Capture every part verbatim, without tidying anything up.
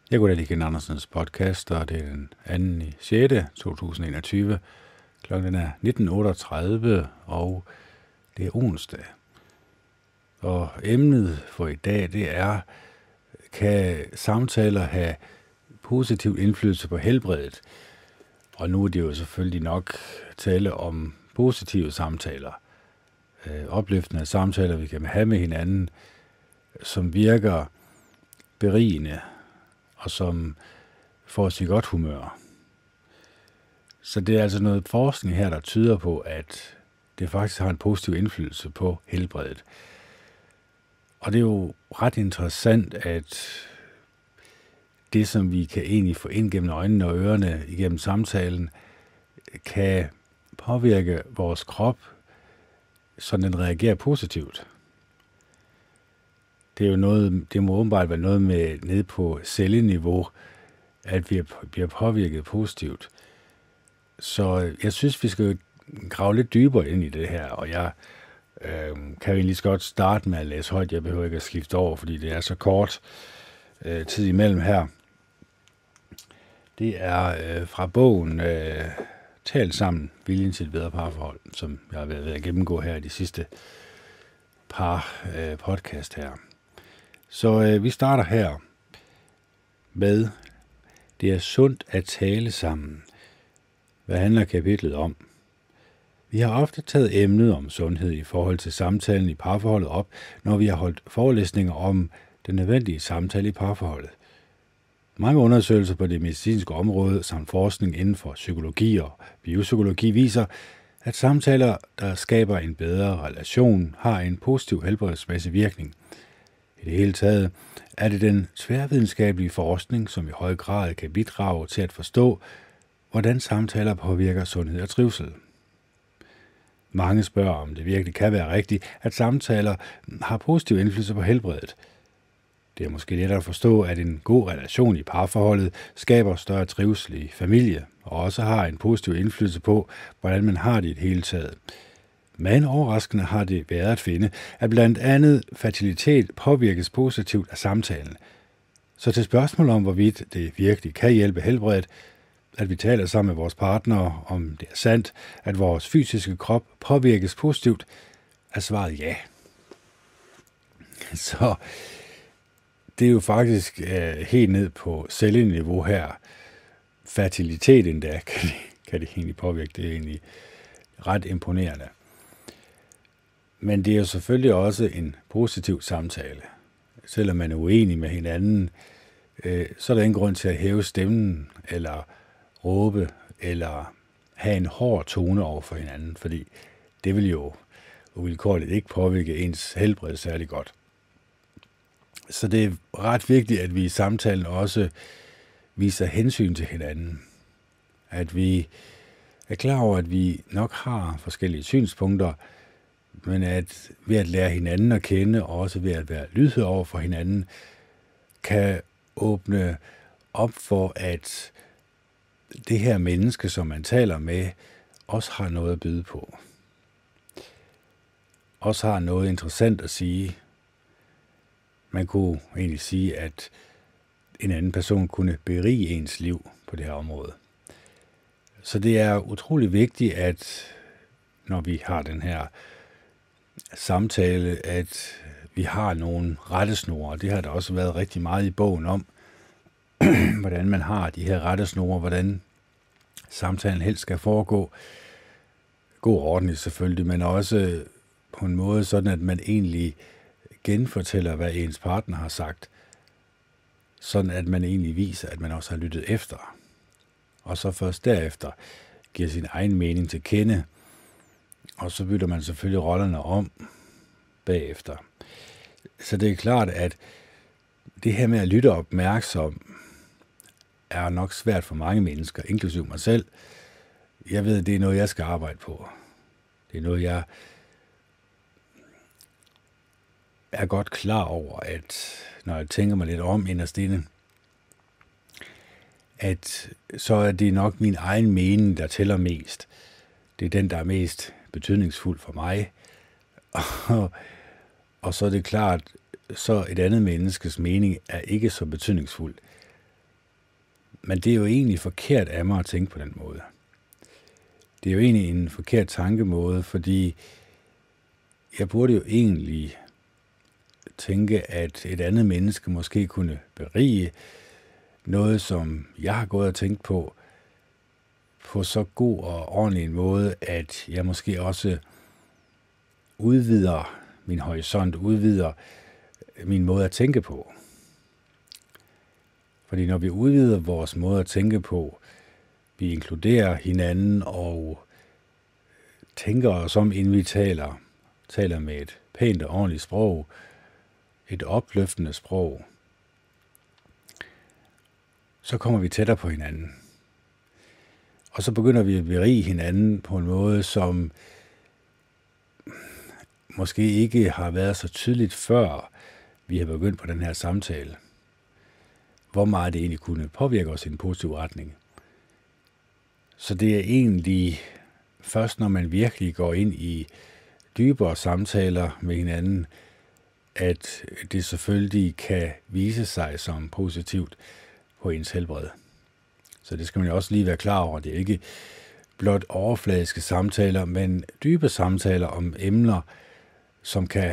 Jeg går da lige Ken Andersens podcast, og det er den anden i sjette to tusind og enogtyve. Klokken er nitten otteogtredive, og det er onsdag. Og emnet for i dag, det er, kan samtaler have positiv indflydelse på helbredet? Og nu er det jo selvfølgelig nok tale om positive samtaler. Øh, opløftende samtaler, vi kan have med hinanden, som virker berigende, og som får os i godt humør. Så det er altså noget forskning her, der tyder på, at det faktisk har en positiv indflydelse på helbredet. Og det er jo ret interessant, at det, som vi kan egentlig få ind gennem øjnene og ørerne igennem samtalen, kan påvirke vores krop, så den reagerer positivt. Det er jo noget, det må åbenbart være noget med ned på celleniveau, at vi bliver påvirket positivt. Så jeg synes, vi skal grave lidt dybere ind i det her, og jeg øh, kan jo egentlig godt starte med at læse højt. Jeg behøver ikke at skifte over, fordi det er så kort øh, tid imellem her. Det er øh, fra bogen øh, Tal sammen, viljen til et bedre parforhold, som jeg har været ved at gennemgå her i de sidste par øh, podcast her. Så øh, vi starter her med, det er sundt at tale sammen. Hvad handler kapitlet om? Vi har ofte taget emnet om sundhed i forhold til samtalen i parforholdet op, når vi har holdt forelæsninger om den nødvendige samtale i parforholdet. Mange undersøgelser på det medicinske område samt forskning inden for psykologi og biopsykologi viser, at samtaler, der skaber en bedre relation, har en positiv helbredsmæssig virkning. I det hele taget er det den tværvidenskabelige forskning, som i høj grad kan bidrage til at forstå, hvordan samtaler påvirker sundhed og trivsel. Mange spørger, om det virkelig kan være rigtigt, at samtaler har positiv indflydelse på helbredet. Det er måske let at forstå, at en god relation i parforholdet skaber større trivsel i familie, og også har en positiv indflydelse på, hvordan man har det i det hele taget. Men overraskende har det været at finde, at blandt andet fertilitet påvirkes positivt af samtalen. Så til spørgsmål om, hvorvidt det virkelig kan hjælpe helbredet, at vi taler sammen med vores partner, om det er sandt, at vores fysiske krop påvirkes positivt, er svaret ja. Så det er jo faktisk øh, helt ned på celleniveau her. Fertilitet endda kan det, kan det egentlig påvirke. Det er egentlig ret imponerende. Men det er jo selvfølgelig også en positiv samtale. Selvom man er uenig med hinanden, øh, så er der ingen grund til at hæve stemmen, eller råbe, eller have en hård tone over for hinanden, fordi det vil jo uvilkårligt ikke påvirke ens helbred særlig godt. Så det er ret vigtigt, at vi i samtalen også viser hensyn til hinanden. At vi er klar over, at vi nok har forskellige synspunkter, men at ved at lære hinanden at kende, og også ved at være lydhør over for hinanden, kan åbne op for, at det her menneske, som man taler med, også har noget at byde på. Også har noget interessant at sige. Man kunne egentlig sige, at en anden person kunne berige ens liv på det her område. Så det er utrolig vigtigt, at når vi har den her samtale, at vi har nogle rettesnore. Det har der også været rigtig meget i bogen om, hvordan man har de her rettesnore, hvordan samtalen helst skal foregå. God og ordentligt selvfølgelig, men også på en måde sådan, at man egentlig genfortæller, hvad ens partner har sagt, sådan at man egentlig viser, at man også har lyttet efter. Og så først derefter giver sin egen mening til kende, og så bytter man selvfølgelig rollerne om bagefter. Så det er klart, at det her med at lytte opmærksom er nok svært for mange mennesker, inklusive mig selv. Jeg ved, at det er noget, jeg skal arbejde på. Det er noget, jeg er godt klar over, at når jeg tænker mig lidt om inderst inde, at så er det nok min egen mening, der tæller mest. Det er den, der er mest betydningsfuld for mig. Og, og så er det klart, så et andet menneskes mening er ikke så betydningsfuld. Men det er jo egentlig forkert af mig at tænke på den måde. Det er jo egentlig en forkert tankemåde, fordi jeg burde jo egentlig tænke, at et andet menneske måske kunne berige noget, som jeg har gået og tænkt på, på så god og ordentlig en måde, at jeg måske også udvider min horisont, udvider min måde at tænke på. Fordi når vi udvider vores måde at tænke på, vi inkluderer hinanden og tænker os om, inden vi taler, taler med et pænt og ordentligt sprog, et opløftende sprog, så kommer vi tættere på hinanden. Og så begynder vi at berige hinanden på en måde, som måske ikke har været så tydeligt før vi har begyndt på den her samtale. Hvor meget det egentlig kunne påvirke os i en positiv retning. Så det er egentlig først, når man virkelig går ind i dybere samtaler med hinanden, at det selvfølgelig kan vise sig som positivt på ens helbred. Så det skal man jo også lige være klar over. Det er ikke blot overfladiske samtaler, men dybe samtaler om emner, som kan,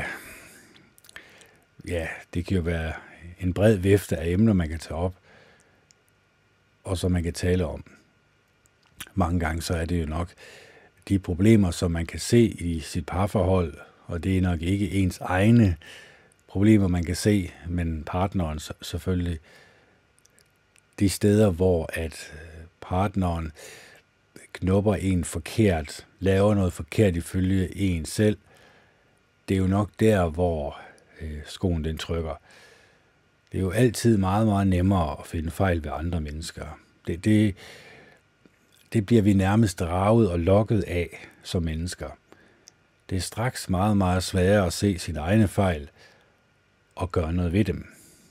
ja, det kan jo være en bred vifte af emner, man kan tage op, og som man kan tale om. Mange gange så er det jo nok de problemer, som man kan se i sit parforhold, og det er nok ikke ens egne problemer, man kan se, men partneren selvfølgelig. De steder, hvor at partneren knupper en forkert, laver noget forkert ifølge en selv, det er jo nok der, hvor øh, skoen den trykker. Det er jo altid meget, meget nemmere at finde fejl ved andre mennesker. Det, det, det bliver vi nærmest draget og lokket af som mennesker. Det er straks meget, meget sværere at se sine egne fejl og gøre noget ved dem.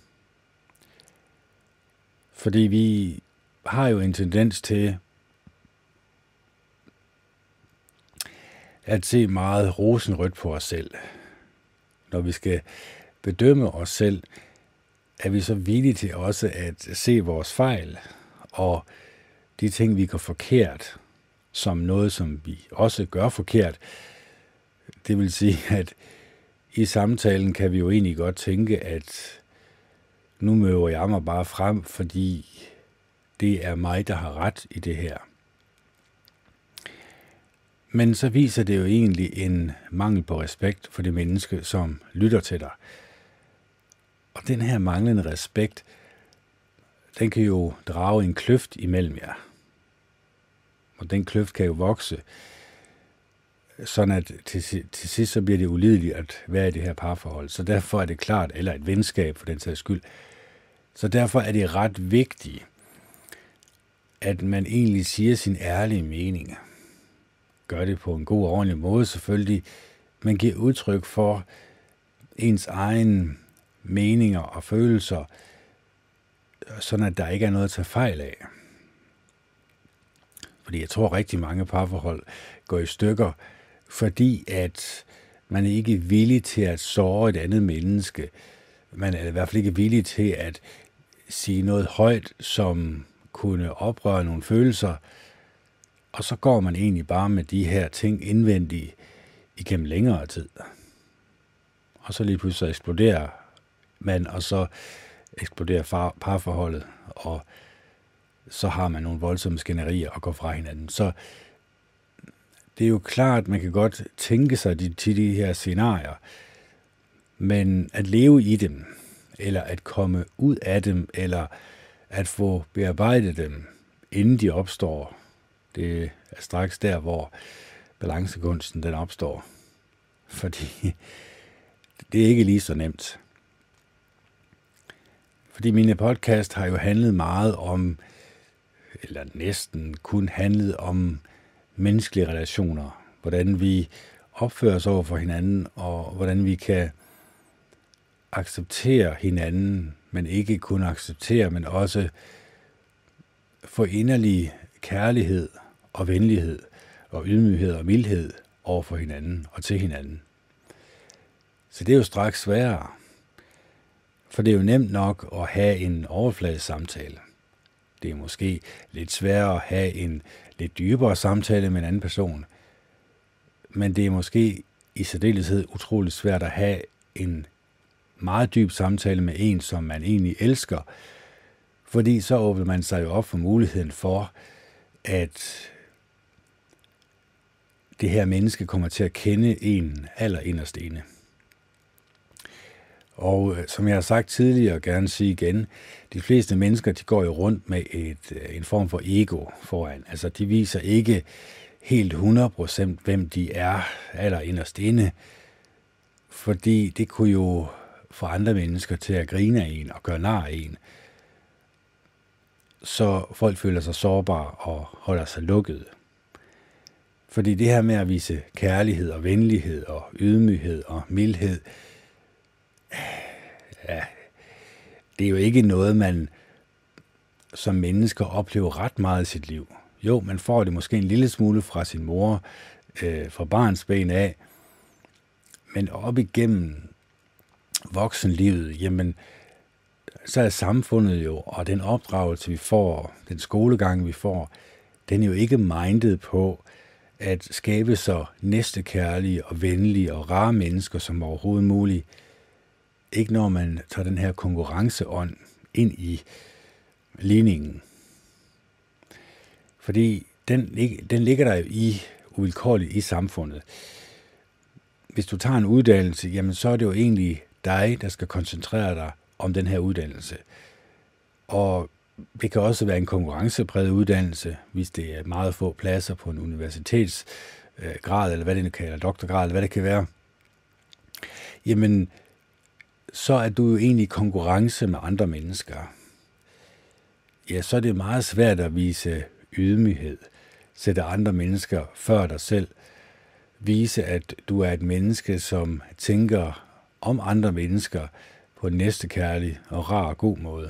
Fordi vi har jo en tendens til at se meget rosenrødt på os selv. Når vi skal bedømme os selv, er vi så villige til også at se vores fejl og de ting, vi gør forkert, som noget, som vi også gør forkert. Det vil sige, at i samtalen kan vi jo egentlig godt tænke, at nu møver jeg mig bare frem, fordi det er mig, der har ret i det her. Men så viser det jo egentlig en mangel på respekt for det menneske, som lytter til dig. Og den her manglende respekt, den kan jo drage en kløft imellem jer. Og den kløft kan jo vokse, sådan at til, til sidst så bliver det ulideligt at være i det her parforhold. Så derfor er det klart, eller et venskab for den sags skyld. Så derfor er det ret vigtigt, at man egentlig siger sin ærlige mening. Gør det på en god og ordentlig måde selvfølgelig, men giver udtryk for ens egen meninger og følelser, sådan at der ikke er noget at tage fejl af. Fordi jeg tror rigtig mange parforhold går i stykker, fordi at man ikke er villig til at såre et andet menneske. Man er i hvert fald ikke villig til at sige noget højt, som kunne oprøre nogle følelser, og så går man egentlig bare med de her ting indvendigt igennem længere tid. Og så lige pludselig eksploderer man, og så eksploderer far, parforholdet, og så har man nogle voldsomme skænderier og går fra hinanden. Så det er jo klart, at man kan godt tænke sig de, til de her scenarier, men at leve i dem, eller at komme ud af dem, eller at få bearbejdet dem, inden de opstår, det er straks der, hvor balancekunsten den opstår. Fordi det er ikke lige så nemt. Fordi mine podcast har jo handlet meget om, eller næsten kun handlet om menneskelige relationer. Hvordan vi opfører os over for hinanden, og hvordan vi kan acceptere hinanden, men ikke kun acceptere, men også få inderlig kærlighed og venlighed og ydmyghed og mildhed over for hinanden og til hinanden. Så det er jo straks sværere. For det er jo nemt nok at have en overfladisk samtale. Det er måske lidt sværere at have en lidt dybere samtale med en anden person. Men det er måske i særdeleshed utroligt svært at have en meget dyb samtale med en, som man egentlig elsker. Fordi så åbner man sig jo op for muligheden for, at det her menneske kommer til at kende en allerinderst inde. Og som jeg har sagt tidligere, og gerne sige igen, de fleste mennesker, de går jo rundt med et, en form for ego foran. Altså, de viser ikke helt hundrede procent, hvem de er allerinderst inde, fordi det kunne jo få andre mennesker til at grine af en og gøre nar af en. Så folk føler sig sårbare og holder sig lukkede. Fordi det her med at vise kærlighed og venlighed og ydmyghed og mildhed, ja, det er jo ikke noget, man som mennesker oplever ret meget i sit liv. Jo, man får det måske en lille smule fra sin mor, øh, fra barnsben af, men op igennem voksenlivet, jamen, så er samfundet jo, og den opdragelse, vi får, den skolegang, vi får, den er jo ikke mindet på at skabe så næstekærlige og venlige og rare mennesker som overhovedet muligt. Ikke når man tager den her konkurrenceånd ind i ligningen. Fordi den, den ligger der jo i, uvilkårligt i samfundet. Hvis du tager en uddannelse, jamen så er det jo egentlig dig, der skal koncentrere dig om den her uddannelse. Og det kan også være en konkurrencepræget uddannelse, hvis det er meget få pladser på en universitetsgrad, eller hvad det nu kan, eller doktorgrad, eller hvad det kan være. Jamen, så er du jo egentlig i konkurrence med andre mennesker. Ja, så er det meget svært at vise ydmyghed, sætte andre mennesker før dig selv, vise, at du er et menneske, som tænker om andre mennesker på en næstekærlig og rar og god måde.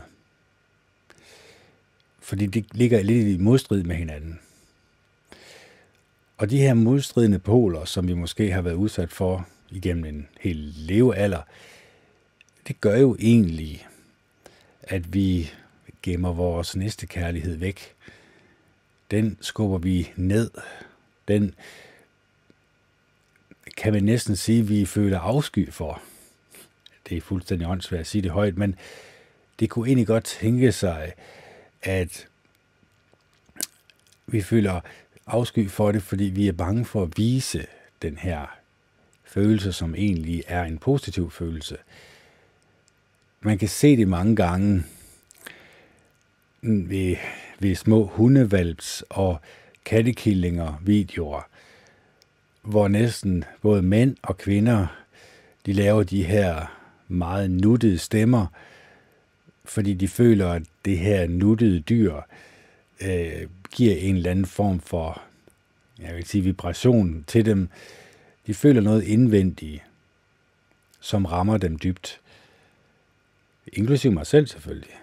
Fordi det ligger lidt i modstrid med hinanden. Og de her modstridende poler, som vi måske har været udsat for igennem en hel levealder, det gør jo egentlig, at vi gemmer vores næstekærlighed væk. Den skubber vi ned. Den kan man næsten sige, at vi føler afsky for. Det er fuldstændig åndssvært at sige det højt, men det kunne egentlig godt tænke sig, at vi føler afsky for det, fordi vi er bange for at vise den her følelse, som egentlig er en positiv følelse. Man kan se det mange gange ved, ved små hundevalps og kattekillinger videoer, hvor næsten både mænd og kvinder, de laver de her meget nuttede stemmer, fordi de føler, at det her nuttede dyr øh, giver en eller anden form for, jeg vil sige, vibration til dem. De føler noget indvendigt, som rammer dem dybt. Inklusive mig selv selvfølgelig.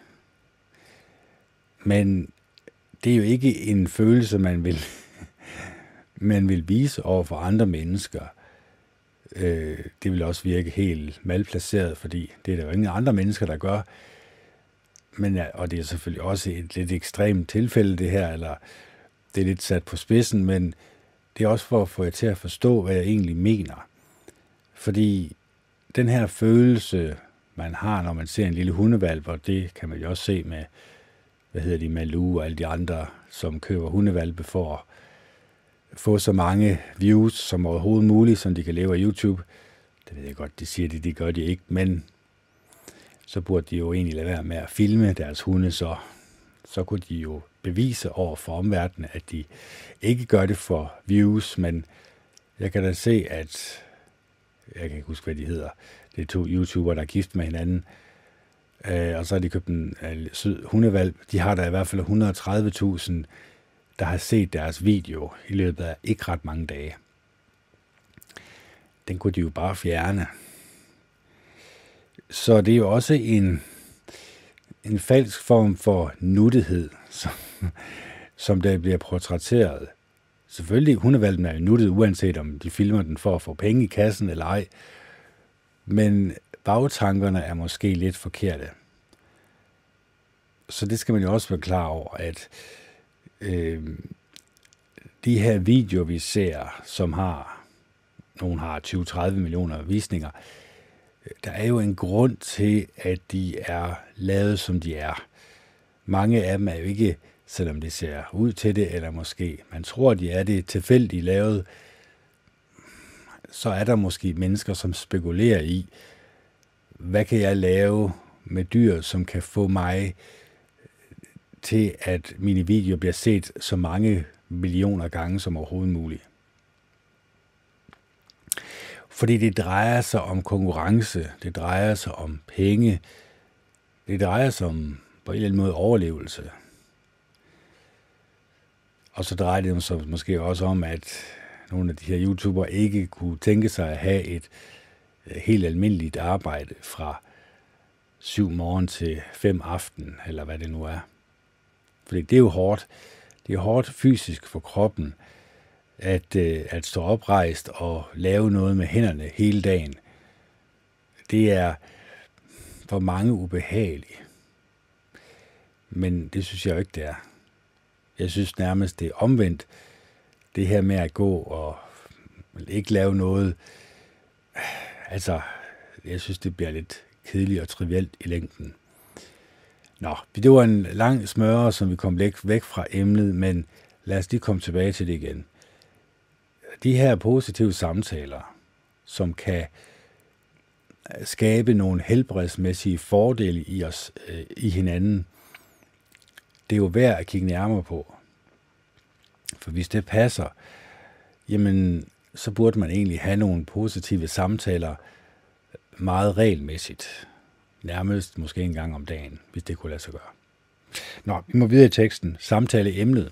Men det er jo ikke en følelse, man vil, man vil vise over for andre mennesker. Øh, det vil også virke helt malplaceret, fordi det er der jo ingen andre mennesker, der gør. Men, og det er selvfølgelig også et lidt ekstremt tilfælde, det her, eller det er lidt sat på spidsen, men det er også for at få jer til at forstå, hvad jeg egentlig mener. Fordi den her følelse, man har, når man ser en lille hundevalp, og det kan man jo også se med, hvad hedder de, Malou og alle de andre, som køber hundevalpe for at få så mange views som overhovedet muligt, som de kan leve af YouTube. Det ved jeg godt, de siger det, de gør de ikke, men så burde de jo egentlig lade være med at filme deres hunde, så, så kunne de jo bevise over for omverdenen, at de ikke gør det for views, men jeg kan da se, at jeg kan ikke huske, hvad de hedder. Det er to YouTubere, der er gift med hinanden, øh, og så har de købt en øh, sød hundevalp. De har der i hvert fald et hundrede og tredive tusind, der har set deres video i løbet af ikke ret mange dage. Den kunne de jo bare fjerne. Så det er jo også en, en falsk form for nuttighed, som, som der bliver portrætteret. Selvfølgelig, hundevalpen er jo nuttet, uanset om de filmer den for at få penge i kassen eller ej. Men bagtankerne er måske lidt forkerte. så det skal man jo også være klar over, at øh, de her videoer, vi ser, som har, nogle har tyve til tredive millioner visninger, der er jo en grund til, at de er lavet, som de er. Mange af dem er jo ikke, selvom det ser ud til det, eller måske man tror, de er det tilfældigt lavet, så er der måske mennesker, som spekulerer i, hvad kan jeg lave med dyr, som kan få mig til, at mine videoer bliver set så mange millioner gange som overhovedet muligt. Fordi det drejer sig om konkurrence, det drejer sig om penge, det drejer sig om på en eller anden måde overlevelse. Og så drejer det sig måske også om, at nogle af de her YouTubere ikke kunne tænke sig at have et helt almindeligt arbejde fra syv morgen til fem aften, eller hvad det nu er. Fordi det er jo hårdt. Det er hårdt fysisk for kroppen, at, at stå oprejst og lave noget med hænderne hele dagen. Det er for mange ubehageligt. Men det synes jeg jo ikke, det er. Jeg synes nærmest, det er omvendt. Det her med at gå og ikke lave noget, altså, jeg synes, det bliver lidt kedeligt og trivielt i længden. Nå, det var en lang smøre, som vi kom væk, væk fra emnet, men lad os lige komme tilbage til det igen. De her positive samtaler, som kan skabe nogle helbredsmæssige fordele i os, øh, i hinanden, det er jo værd at kigge nærmere på. For hvis det passer, jamen, så burde man egentlig have nogle positive samtaler meget regelmæssigt. Nærmest måske en gang om dagen, hvis det kunne lade sig gøre. Nå, vi må videre i teksten. Samtaleemnet.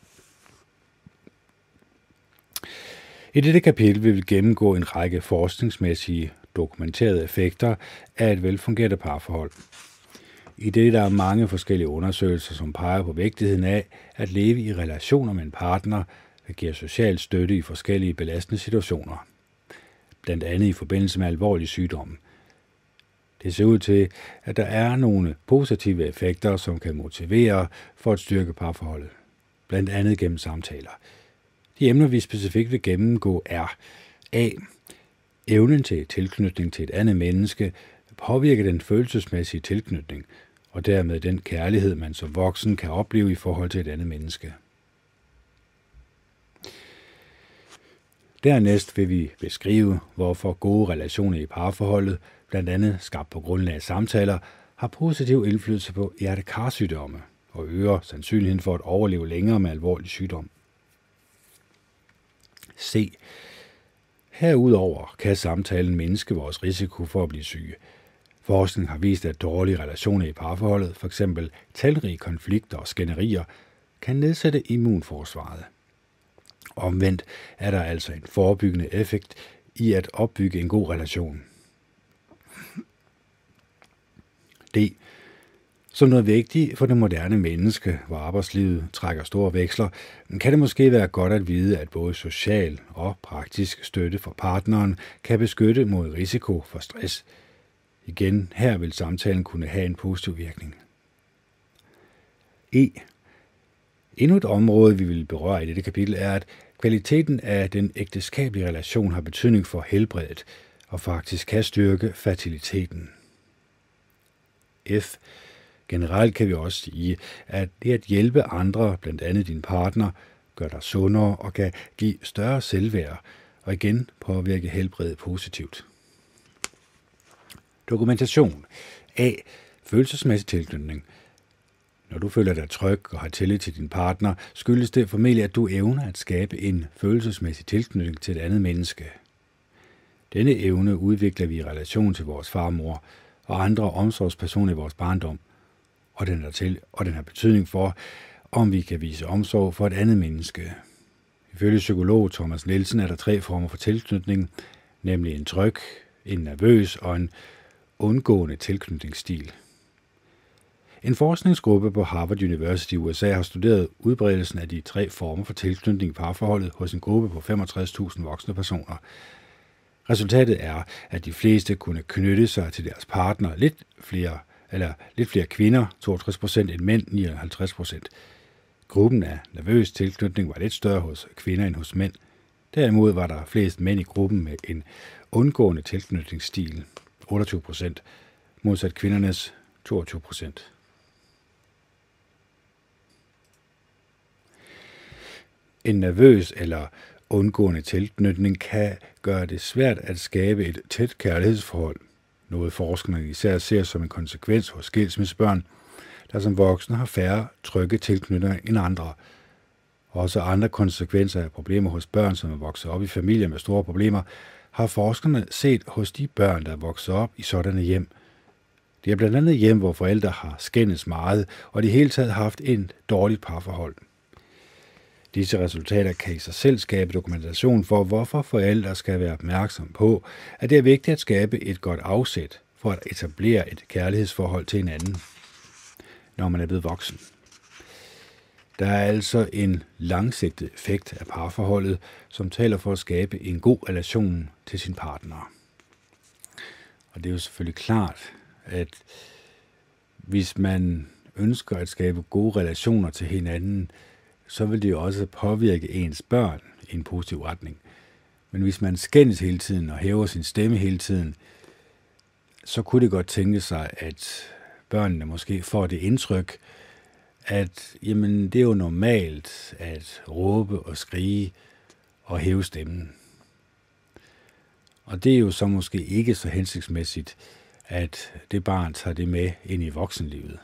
I dette kapitel vil vi gennemgå en række forskningsmæssige dokumenterede effekter af et velfungerende parforhold. I det der er mange forskellige undersøgelser, som peger på vigtigheden af at leve i relationer med en partner, der giver social støtte i forskellige belastende situationer. Blandt andet i forbindelse med alvorlige sygdomme. Det ser ud til, at der er nogle positive effekter, som kan motivere for at styrke parforholdet. Blandt andet gennem samtaler. De emner, vi specifikt vil gennemgå, er A. Evnen til tilknytning til et andet menneske påvirker den følelsesmæssige tilknytning, og dermed den kærlighed, man som voksen kan opleve i forhold til et andet menneske. Dernæst vil vi beskrive, hvorfor gode relationer i parforholdet, blandt andet skabt på grundlag af samtaler, har positiv indflydelse på hjerte-karsygdomme og øger sandsynligheden for at overleve længere med alvorlig sygdom. C. Herudover kan samtalen mindske vores risiko for at blive syge. Forskning har vist, at dårlige relationer i parforholdet, f.eks. talrige konflikter og skænderier, kan nedsætte immunforsvaret. Omvendt er der altså en forebyggende effekt i at opbygge en god relation. D. Som noget vigtigt for det moderne menneske, hvor arbejdslivet trækker store veksler, kan det måske være godt at vide, at både social og praktisk støtte for partneren kan beskytte mod risiko for stress. Igen, her vil samtalen kunne have en positiv virkning. E. Endnu et område, vi vil berøre i dette kapitel, er, at kvaliteten af den ægteskabelige relation har betydning for helbredet og faktisk kan styrke fertiliteten. F. Generelt kan vi også sige, at det at hjælpe andre, blandt andet din partner, gør dig sundere og kan give større selvværd og igen påvirke helbredet positivt. Dokumentation. A. Følelsesmæssig tilknytning. Når du føler dig tryg og har tillid til din partner, skyldes det formentlig, at du evner at skabe en følelsesmæssig tilknytning til et andet menneske. Denne evne udvikler vi i relation til vores farmor og andre omsorgspersoner i vores barndom, og den, er til, og den har betydning for, om vi kan vise omsorg for et andet menneske. Ifølge psykolog Thomas Nielsen er der tre former for tilknytning, nemlig en tryg, en nervøs og en undgående tilknytningsstil. En forskningsgruppe på Harvard University i U S A har studeret udbredelsen af de tre former for tilknytning i parforholdet hos en gruppe på femogtres tusind voksne personer. Resultatet er, at de fleste kunne knytte sig til deres partner lidt flere eller lidt flere kvinder, toogtres procent, end mænd, nioghalvtreds procent. Gruppen af nervøs tilknytning var lidt større hos kvinder end hos mænd. Derimod var der flest mænd i gruppen med en undgående tilknytningsstil, otteogtyve procent, modsat kvindernes toogtyve procent. En nervøs eller undgående tilknytning kan gøre det svært at skabe et tæt kærlighedsforhold, noget forskerne især ser som en konsekvens hos skilsmissebørn, der som voksne har færre trygge tilknytninger end andre. Også andre konsekvenser af problemer hos børn, som er vokset op i familier med store problemer, har forskerne set hos de børn, der er vokset op i sådanne hjem. Det er blandt andet hjem, hvor forældre har skændes meget, og de hele taget haft et dårligt parforhold. Disse resultater kan i sig selv skabe dokumentation for, hvorfor forældre skal være opmærksom på, at det er vigtigt at skabe et godt afsæt for at etablere et kærlighedsforhold til hinanden, når man er blevet voksen. Der er altså en langsigtet effekt af parforholdet, som taler for at skabe en god relation til sin partner. Og det er jo selvfølgelig klart, at hvis man ønsker at skabe gode relationer til hinanden, så vil det jo også påvirke ens børn i en positiv retning. Men hvis man skændes hele tiden og hæver sin stemme hele tiden, så kunne det godt tænke sig, at børnene måske får det indtryk, at jamen, det er jo normalt at råbe og skrige og hæve stemmen. Og det er jo så måske ikke så hensigtsmæssigt, at det barn tager det med ind i voksenlivet.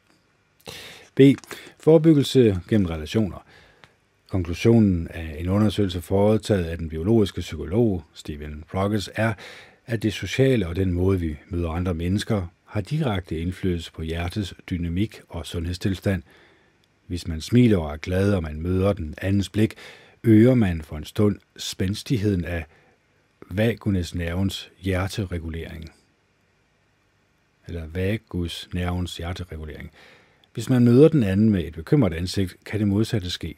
B. Forebyggelse gennem relationer. Konklusionen af en undersøgelse foretaget af den biologiske psykolog Stephen Progress er, at det sociale og den måde, vi møder andre mennesker, har direkte indflydelse på hjertets dynamik og sundhedstilstand. Hvis man smiler og er glad, og man møder den andens blik, øger man for en stund spændstigheden af vagusnervens hjerteregulering. Eller vagusnervens hjerteregulering. Hvis man møder den anden med et bekymret ansigt, kan det modsatte ske.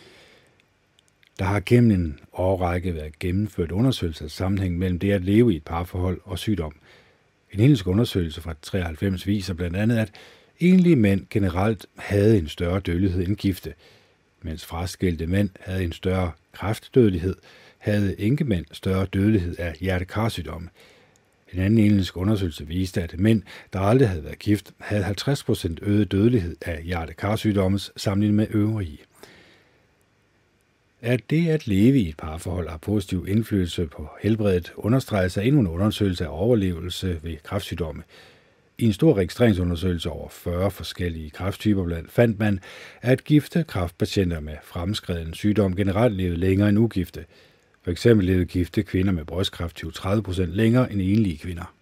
Der har gennem en årrække været gennemført undersøgelser af sammenhæng mellem det at leve i et parforhold og sygdom. En engelsk undersøgelse fra treoghalvfems viser blandt andet, at enlige mænd generelt havde en større dødelighed end gifte, mens fraskilte mænd havde en større kræftdødelighed, havde enkemænd større dødelighed af hjertekarsygdomme. En anden engelsk undersøgelse viste, at mænd, der aldrig havde været gift, havde halvtreds procent øget dødelighed af hjertekarsygdomme sammenlignet med øvrige. At det at leve i et parforhold har positiv indflydelse på helbredet, understreges af endnu en undersøgelse af overlevelse ved kræftsygdomme. I en stor registreringsundersøgelse over fyrre forskellige kræfttyper blandt fandt man, at gifte kræftpatienter med fremskreden sygdom generelt levede længere end ugifte. For eksempel levede gifte kvinder med brystkræft tyve til tredive procent længere end enlige kvinder.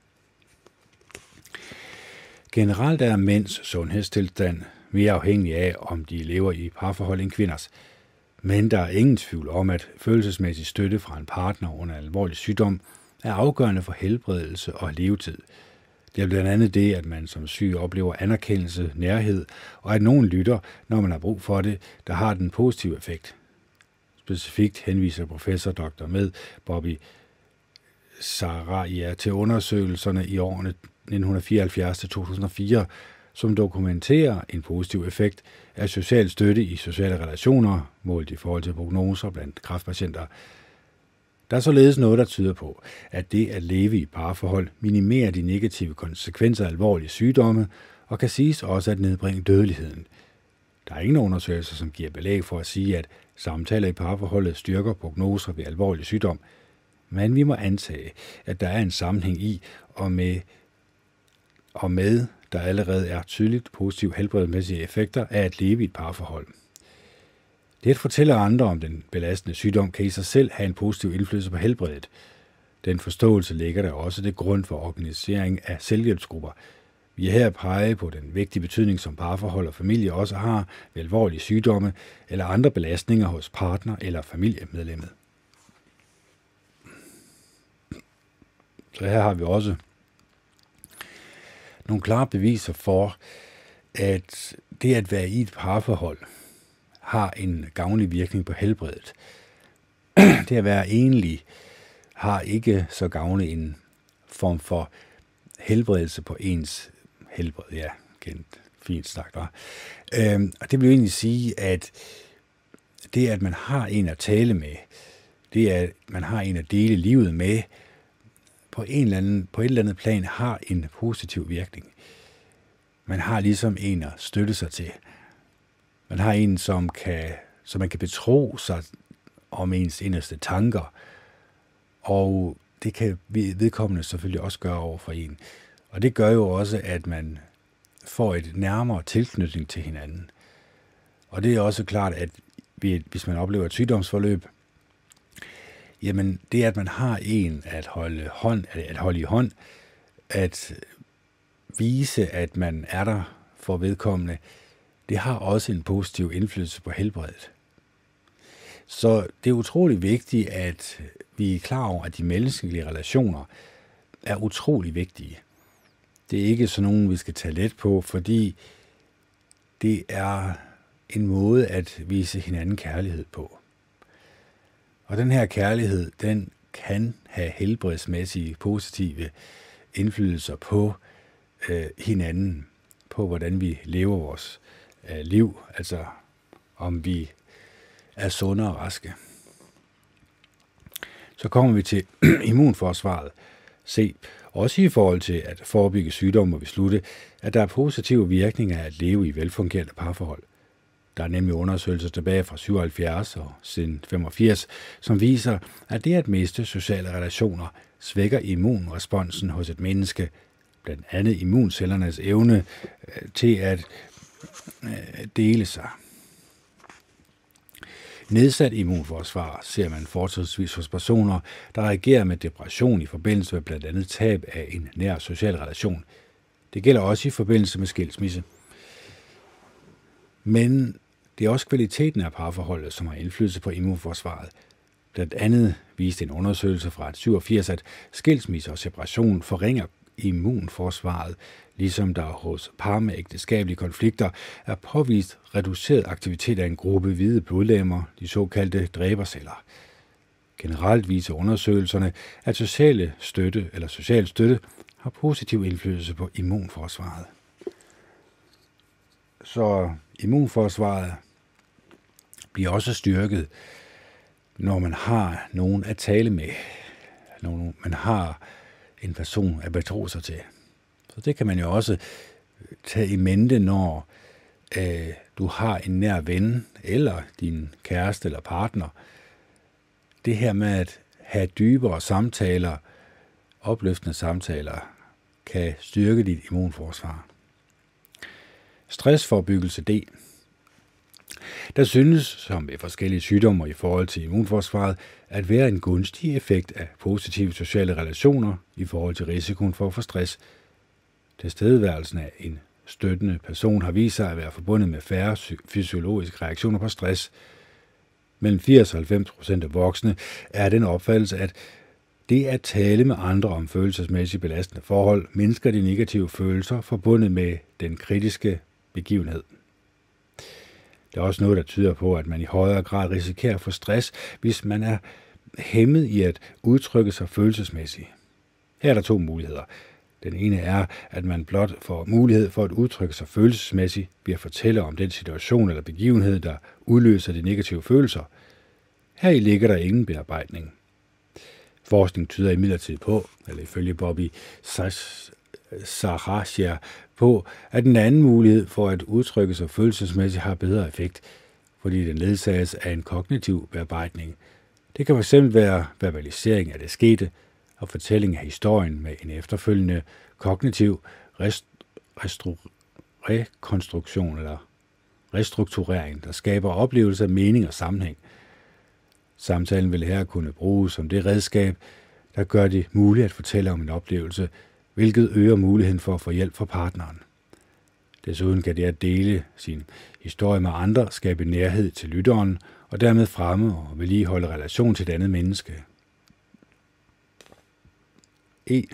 Generelt er mænds sundhedstilstand mere afhængig af, om de lever i parforhold end kvinders. Men der er ingen tvivl om, at følelsesmæssig støtte fra en partner under alvorlig sygdom er afgørende for helbredelse og levetid. Det er blandt andet det, at man som syg oplever anerkendelse, nærhed, og at nogen lytter, når man har brug for det, der har den positive effekt. Specifikt henviser professor doktor Med Bobby Saraiya til undersøgelserne i årene nitten fireoghalvfjerds til to tusind og fire, som dokumenterer en positiv effekt af social støtte i sociale relationer, målt i forhold til prognoser blandt kræftpatienter. Der er således noget, der tyder på, at det at leve i parforhold minimerer de negative konsekvenser af alvorlige sygdomme, og kan siges også at nedbringe dødeligheden. Der er ingen undersøgelser, som giver belæg for at sige, at samtaler i parforholdet styrker prognoser ved alvorlig sygdom, men vi må antage, at der er en sammenhæng i og med, og med der allerede er tydeligt positive helbredsmæssige effekter af at leve i et parforhold. Det at fortælle andre om den belastende sygdom kan i sig selv have en positiv indflydelse på helbredet. Den forståelse ligger der også det grund for organisering af selvhjælpsgrupper. Vi er her at pege på den vigtige betydning, som parforhold og familie også har ved alvorlige sygdomme eller andre belastninger hos partner eller familiemedlemmet. Så her har vi også nogle klare beviser for, at det at være i et parforhold har en gavnlig virkning på helbredet. Det at være enlig har ikke så gavnlig en form for helbredelse på ens helbred, ja, kendt. Fint sagt, var. Øhm, og det vil jo egentlig sige, at det, at man har en at tale med, det er, at man har en at dele livet med, på, en eller anden, på et eller andet plan har en positiv virkning. Man har ligesom en at støtte sig til. Man har en, som, kan, som man kan betro sig om ens inderste tanker, og det kan vedkommende selvfølgelig også gøre over for en. Og det gør jo også, at man får et nærmere tilknytning til hinanden. Og det er også klart, at hvis man oplever et sygdomsforløb, jamen det, at man har en at holde, hånd, at holde i hånd, at vise, at man er der for vedkommende, det har også en positiv indflydelse på helbredet. Så det er utrolig vigtigt, at vi er klar over, at de menneskelige relationer er utrolig vigtige. Det er ikke sådan nogen, vi skal tage let på, fordi det er en måde at vise hinanden kærlighed på. Og den her kærlighed, den kan have helbredsmæssige positive indflydelser på øh, hinanden, på hvordan vi lever vores øh, liv, altså om vi er sunde og raske. Så kommer vi til immunforsvaret. Se, også i forhold til at forebygge sygdomme, må vi slutte, at der er positive virkninger af at leve i velfungerende parforhold. Der er nemlig undersøgelser tilbage fra syvoghalvfjerds og siden femogfirs, som viser, at det at miste sociale relationer svækker immunresponsen hos et menneske, blandt andet immuncellernes evne til at dele sig. Nedsat immunforsvar ser man fortrinsvis hos personer, der reagerer med depression i forbindelse med blandt andet tab af en nær social relation. Det gælder også i forbindelse med skilsmisse. Men det er også kvaliteten af parforholdet, som har indflydelse på immunforsvaret. Blandt andet viste en undersøgelse fra syvogfirs, at skilsmisse og separation forringer immunforsvaret, ligesom der hos par med ægteskabelige konflikter er påvist reduceret aktivitet af en gruppe hvide blodlegemer, de såkaldte dræberceller. Generelt viser undersøgelserne, at sociale støtte eller social støtte har positiv indflydelse på immunforsvaret. Så immunforsvaret bliver også styrket, når man har nogen at tale med, når man har en person at betro sig til. Så det kan man jo også tage i mente, når øh, du har en nær ven, eller din kæreste eller partner. Det her med at have dybere samtaler, opløftende samtaler, kan styrke dit immunforsvar. Stressforebyggelse D. Der synes, som ved forskellige sygdomme i forhold til immunforsvaret, at være en gunstig effekt af positive sociale relationer i forhold til risikoen for at få stress. Tilstedeværelsen af en støttende person har vist sig at være forbundet med færre fysiologiske reaktioner på stress. Mellem firs og halvfems procent af voksne er den opfattelse, at det at tale med andre om følelsesmæssigt belastende forhold mindsker de negative følelser forbundet med den kritiske begivenhed. Der er også noget, der tyder på, at man i højere grad risikerer at få stress, hvis man er hæmmet i at udtrykke sig følelsesmæssigt. Her er der to muligheder. Den ene er, at man blot får mulighed for at udtrykke sig følelsesmæssigt ved at fortælle om den situation eller begivenhed, der udløser de negative følelser. Heri ligger der ingen bearbejdning. Forskning tyder imidlertid på, eller ifølge Bobby Sarachia, på, at den anden mulighed for at udtrykke sig følelsesmæssigt har bedre effekt, fordi den ledsages af en kognitiv bearbejdning. Det kan fx være verbalisering af det skete og fortælling af historien med en efterfølgende kognitiv rest- restru- rekonstruktion eller restrukturering, der skaber oplevelse af mening og sammenhæng. Samtalen vil her kunne bruges som det redskab, der gør det muligt at fortælle om en oplevelse, hvilket øger muligheden for at få hjælp fra partneren. Desuden kan det at dele sin historie med andre skabe nærhed til lytteren, og dermed fremme og vedligeholde relation til et andet menneske. E.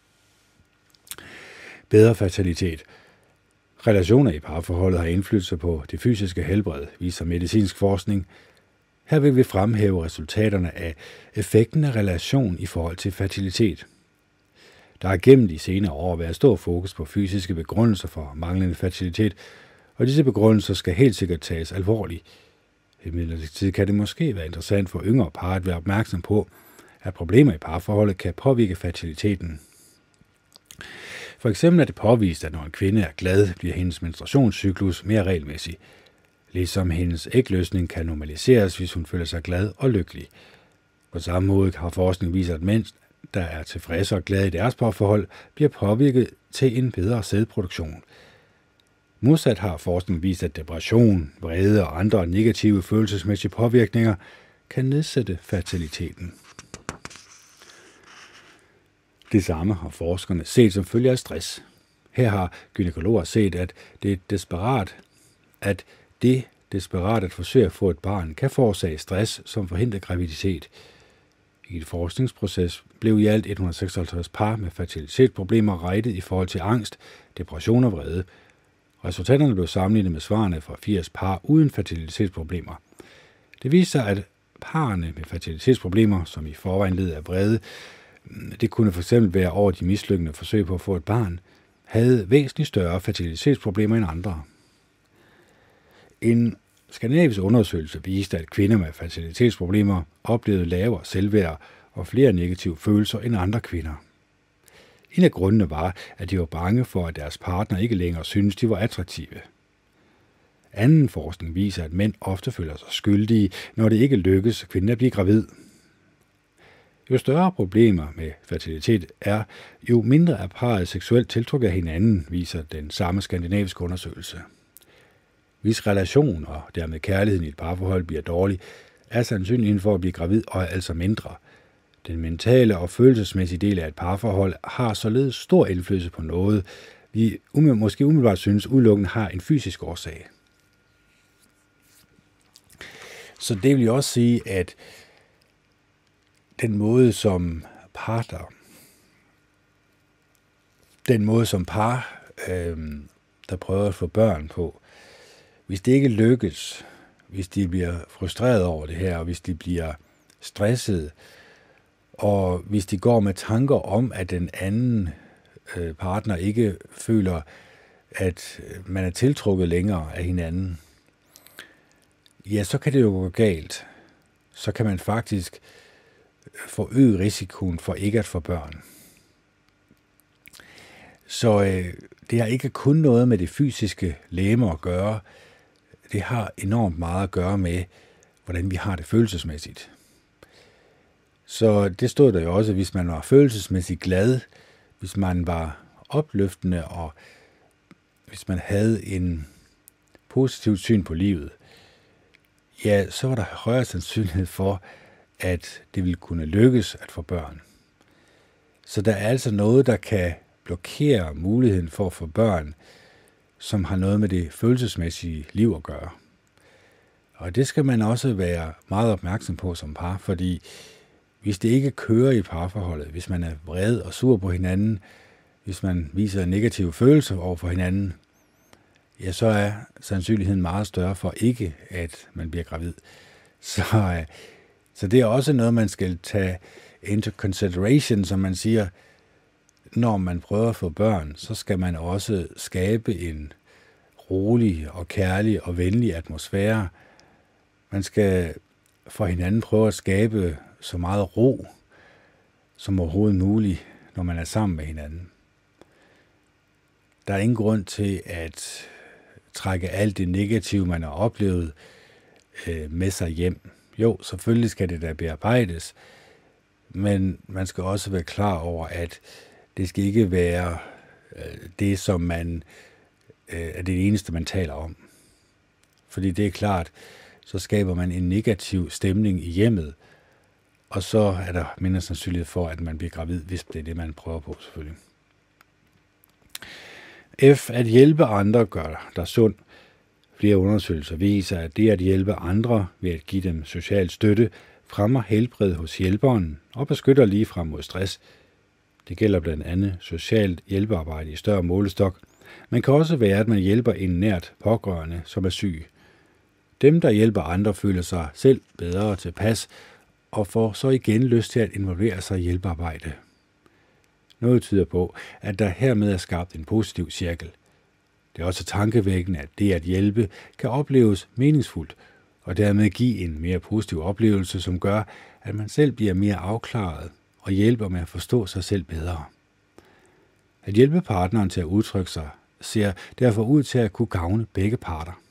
Bedre fertilitet. Relationer i parforholdet har indflydelse på det fysiske helbred, viser medicinsk forskning. Her vil vi fremhæve resultaterne af effekten af relation i forhold til fertilitet. Der er gennem de senere år været stor fokus på fysiske begrundelser for manglende fertilitet, og disse begrundelser skal helt sikkert tages alvorligt. Imidlertid kan det måske være interessant for yngre par at være opmærksom på, at problemer i parforholdet kan påvirke fertiliteten. For eksempel er det påvist, at når en kvinde er glad, bliver hendes menstruationscyklus mere regelmæssig. Ligesom hendes ægløsning kan normaliseres, hvis hun føler sig glad og lykkelig. På samme måde har forskning vist, at mænd, der er tilfredse og glade i deres parforhold, bliver påvirket til en bedre sædproduktion. Modsat har forskning vist, at depression, vrede og andre negative følelsesmæssige påvirkninger kan nedsætte fertiliteten. Det samme har forskerne set som følge af stress. Her har gynækologer set, at det er desperat, at det desperat at forsøge at få et barn kan forårsage stress, som forhindrer graviditet. I et forskningsproces blev i alt et hundrede og seksoghalvtreds par med fertilitetsproblemer regnet i forhold til angst, depression og vrede. Resultaterne blev sammenlignet med svarene fra firs par uden fertilitetsproblemer. Det viste sig, at parerne med fertilitetsproblemer, som i forvejen led af vrede, det kunne fx være over de mislykkende forsøg på at få et barn, havde væsentligt større fertilitetsproblemer end andre. En skandinavisk undersøgelse viste, at kvinder med fertilitetsproblemer oplevede lavere selvværd og flere negative følelser end andre kvinder. En af grundene var, at de var bange for, at deres partner ikke længere syntes, de var attraktive. Anden forskning viser, at mænd ofte føler sig skyldige, når det ikke lykkes kvinden at blive gravid. Jo større problemer med fertilitet er, jo mindre er parret seksuelt tiltrukket af hinanden, viser den samme skandinaviske undersøgelse. Hvis relation og dermed kærligheden i et parforhold bliver dårlig, er sandsynligheden for at blive gravid og altså mindre. Den mentale og følelsesmæssige del af et parforhold har således stor indflydelse på noget, vi måske umiddelbart synes udelukkende har en fysisk årsag. Så det vil jo også sige, at den måde som partner, den måde som par, øh, der prøver at få børn på, hvis det ikke lykkes, hvis de bliver frustreret over det her, og hvis de bliver stresset, og hvis de går med tanker om, at den anden øh, partner ikke føler, at man er tiltrukket længere af hinanden, ja, så kan det jo gå galt. Så kan man faktisk forøge risikoen for ikke at få børn. Så øh, det har ikke kun noget med det fysiske legeme at gøre. Det har enormt meget at gøre med, hvordan vi har det følelsesmæssigt. Så det stod der jo også, hvis man var følelsesmæssigt glad, hvis man var opløftende, og hvis man havde en positivt syn på livet, ja, så var der højere sandsynlighed for, at det ville kunne lykkes at få børn. Så der er altså noget, der kan blokere muligheden for at få børn, som har noget med det følelsesmæssige liv at gøre. Og det skal man også være meget opmærksom på som par, fordi hvis det ikke kører i parforholdet, hvis man er vred og sur på hinanden, hvis man viser negative følelser over for hinanden, ja, så er sandsynligheden meget større for ikke, at man bliver gravid. Så, så det er også noget, man skal tage into consideration, som man siger, når man prøver at få børn, så skal man også skabe en rolig og kærlig og venlig atmosfære. Man skal for hinanden prøve at skabe så meget ro som overhovedet muligt, når man er sammen med hinanden. Der er ingen grund til at trække alt det negative, man har oplevet, med sig hjem. Jo, selvfølgelig skal det da bearbejdes, men man skal også være klar over, at det skal ikke være det, som man er det eneste, man taler om. Fordi det er klart, så skaber man en negativ stemning i hjemmet, og så er der mindre sandsynlighed for, at man bliver gravid, hvis det er det, man prøver på, selvfølgelig. F. At hjælpe andre gør dig sund. Flere undersøgelser viser, at det at hjælpe andre ved at give dem social støtte fremmer helbred hos hjælperen og beskytter ligefrem mod stress. Det gælder blandt andet socialt hjælpearbejde i større målestok. Man kan også være, at man hjælper en nært pårørende, som er syg. Dem, der hjælper andre, føler sig selv bedre tilpas og får så igen lyst til at involvere sig i hjælpearbejde. Noget tyder på, at der hermed er skabt en positiv cirkel. Det er også tankevækkende, at det at hjælpe kan opleves meningsfuldt, og dermed give en mere positiv oplevelse, som gør, at man selv bliver mere afklaret og hjælper med at forstå sig selv bedre. At hjælpe partneren til at udtrykke sig, ser derfor ud til at kunne gavne begge parter.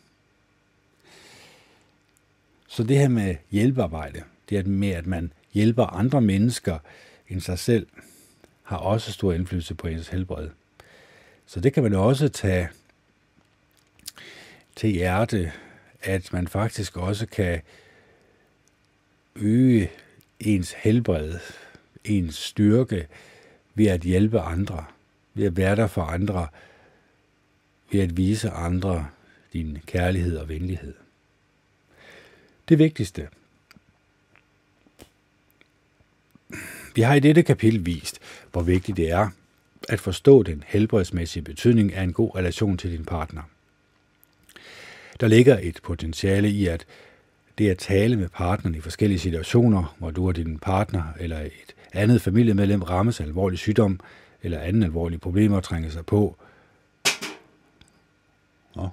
Så det her med hjælpearbejde, det er med, at man hjælper andre mennesker end sig selv, har også stor indflydelse på ens helbred. Så det kan man også tage til hjerte, at man faktisk også kan øge ens helbred, ens styrke ved at hjælpe andre, ved at være der for andre, ved at vise andre din kærlighed og venlighed. Det vigtigste. Vi har i dette kapitel vist, hvor vigtigt det er at forstå den helbredsmæssige betydning af en god relation til din partner. Der ligger et potentiale i, at det at tale med partneren i forskellige situationer, hvor du og din partner eller et andet familiemedlem rammes af alvorlig sygdom eller anden alvorlige problemer trænger sig på. Nå.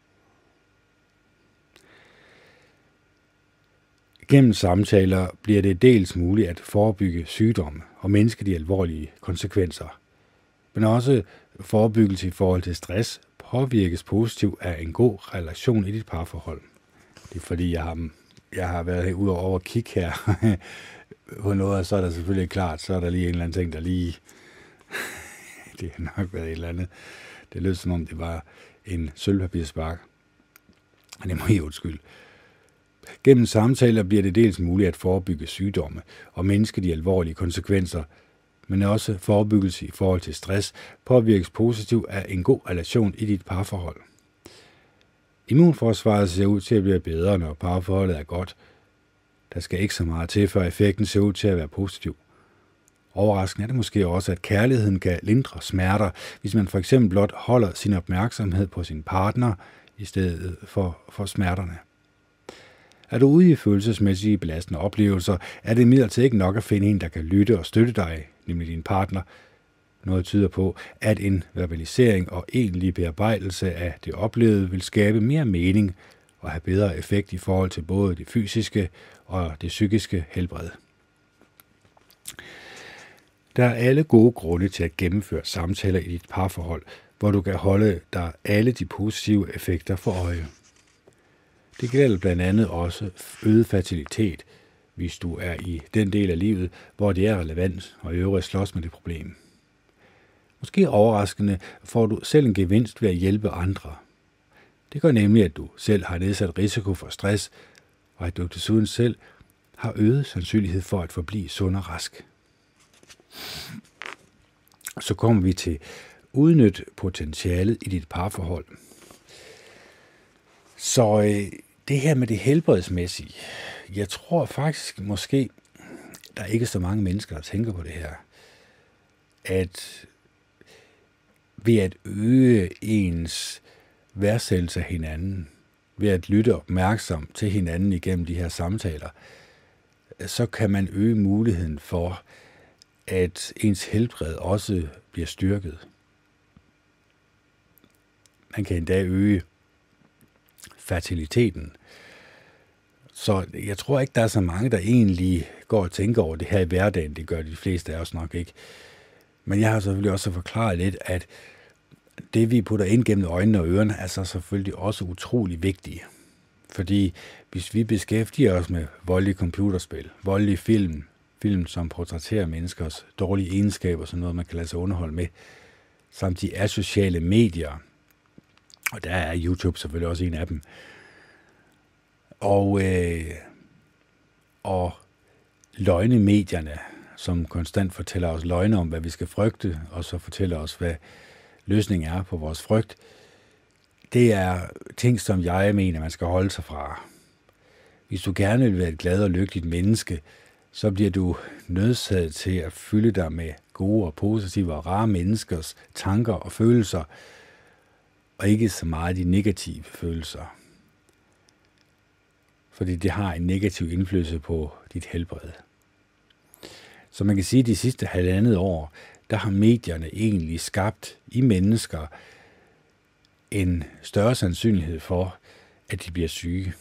Gennem samtaler bliver det dels muligt at forebygge sygdomme og mindske de alvorlige konsekvenser, men også forebyggelse i forhold til stress påvirkes positivt af en god relation i dit parforhold. Det er fordi, jeg har, jeg har været ude over at kigge her på noget, og så er der selvfølgelig klart, så er der lige en eller anden ting, der lige... det har nok været et eller andet. Det lød som om, det var en sølvpapirspark. Men det må I undskylde. Gennem samtaler bliver det dels muligt at forebygge sygdomme og mindske de alvorlige konsekvenser, men også forebyggelse i forhold til stress påvirkes positivt af en god relation i dit parforhold. Immunforsvaret ser ud til at blive bedre, når parforholdet er godt. Der skal ikke så meget til, før effekten ser ud til at være positiv. Overraskende er det måske også, at kærligheden kan lindre smerter, hvis man for eksempel blot holder sin opmærksomhed på sin partner i stedet for, for smerterne. Er du ude i følelsesmæssige belastende oplevelser, er det imidlertid ikke nok at finde en, der kan lytte og støtte dig, nemlig din partner. Noget tyder på, at en verbalisering og egentlig bearbejdelse af det oplevede vil skabe mere mening og have bedre effekt i forhold til både det fysiske og det psykiske helbred. Der er alle gode grunde til at gennemføre samtaler i dit parforhold, hvor du kan holde dig alle de positive effekter for øje. Det gælder blandt andet også øget fertilitet, hvis du er i den del af livet, hvor det er relevant og i øvrigt slås med det problem. Måske overraskende får du selv en gevinst ved at hjælpe andre. Det gør nemlig, at du selv har nedsat risiko for stress, og at du desuden selv har øget sandsynlighed for at forblive sund og rask. Så kommer vi til udnyt potentialet i dit parforhold. Så øh, det her med det helbredsmæssige, jeg tror faktisk måske, der er ikke så mange mennesker, der tænker på det her, at ved at øge ens værdsættelse af hinanden, ved at lytte opmærksomt til hinanden igennem de her samtaler, så kan man øge muligheden for, at ens helbred også bliver styrket. Man kan endda øge fertiliteten. Så jeg tror ikke, der er så mange, der egentlig går og tænker over det her i hverdagen. Det gør de fleste af os nok ikke. Men jeg har selvfølgelig også forklaret lidt, at det, vi putter ind gennem øjnene og ørerne, er så selvfølgelig også utrolig vigtigt. Fordi hvis vi beskæftiger os med voldelige computerspil, voldelige film, film som portrætterer menneskers dårlige egenskaber, sådan noget, man kan lade sig underholde med, samt de asociale medier, og der er YouTube selvfølgelig også en af dem, og, øh, og løgnemedierne, som konstant fortæller os løgne om, hvad vi skal frygte, og så fortæller os, hvad løsningen er på vores frygt, det er ting, som jeg mener, man skal holde sig fra. Hvis du gerne vil være et glad og lykkeligt menneske, så bliver du nødsaget til at fylde dig med gode og positive og rare menneskers tanker og følelser, og ikke så meget de negative følelser. Fordi det har en negativ indflydelse på dit helbred. Så man kan sige, at de sidste halvandet år, der har medierne egentlig skabt i mennesker en større sandsynlighed for, at de bliver syge.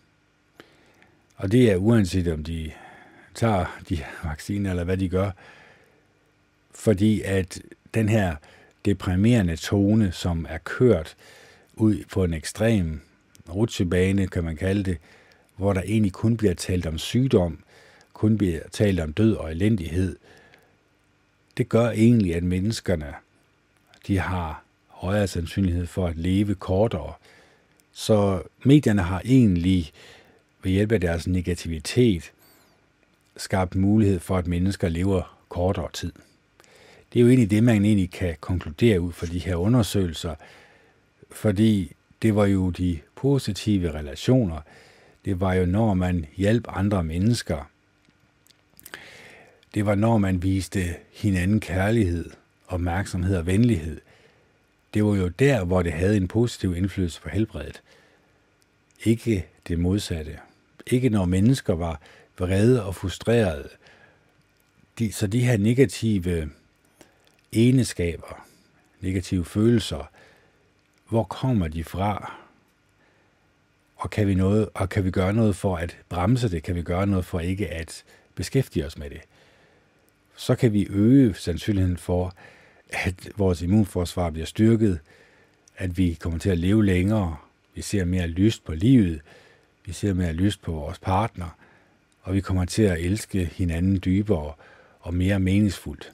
Og det er uanset om de tager de vacciner eller hvad de gør, fordi at den her deprimerende tone, som er kørt ud på en ekstrem rutsjebane, kan man kalde det, hvor der egentlig kun bliver talt om sygdom, kun bliver talt om død og elendighed, det gør egentlig, at menneskerne, de har højere sandsynlighed for at leve kortere. Så medierne har egentlig ved hjælp af deres negativitet skabt mulighed for, at mennesker lever kortere tid. Det er jo egentlig det, man egentlig kan konkludere ud fra de her undersøgelser, fordi det var jo de positive relationer. Det var jo, når man hjalp andre mennesker. Det var, når man viste hinanden kærlighed, opmærksomhed og venlighed. Det var jo der, hvor det havde en positiv indflydelse på helbredet. Ikke det modsatte. Ikke når mennesker var vrede og frustrerede. De, så de her negative egenskaber, negative følelser, hvor kommer de fra? Og kan vi, noget, og kan vi gøre noget for at bremse det? Kan vi gøre noget for ikke at beskæftige os med det? Så kan vi øge sandsynligheden for, at vores immunforsvar bliver styrket, at vi kommer til at leve længere, vi ser mere lyst på livet, vi ser mere lyst på vores partner, og vi kommer til at elske hinanden dybere og mere meningsfuldt.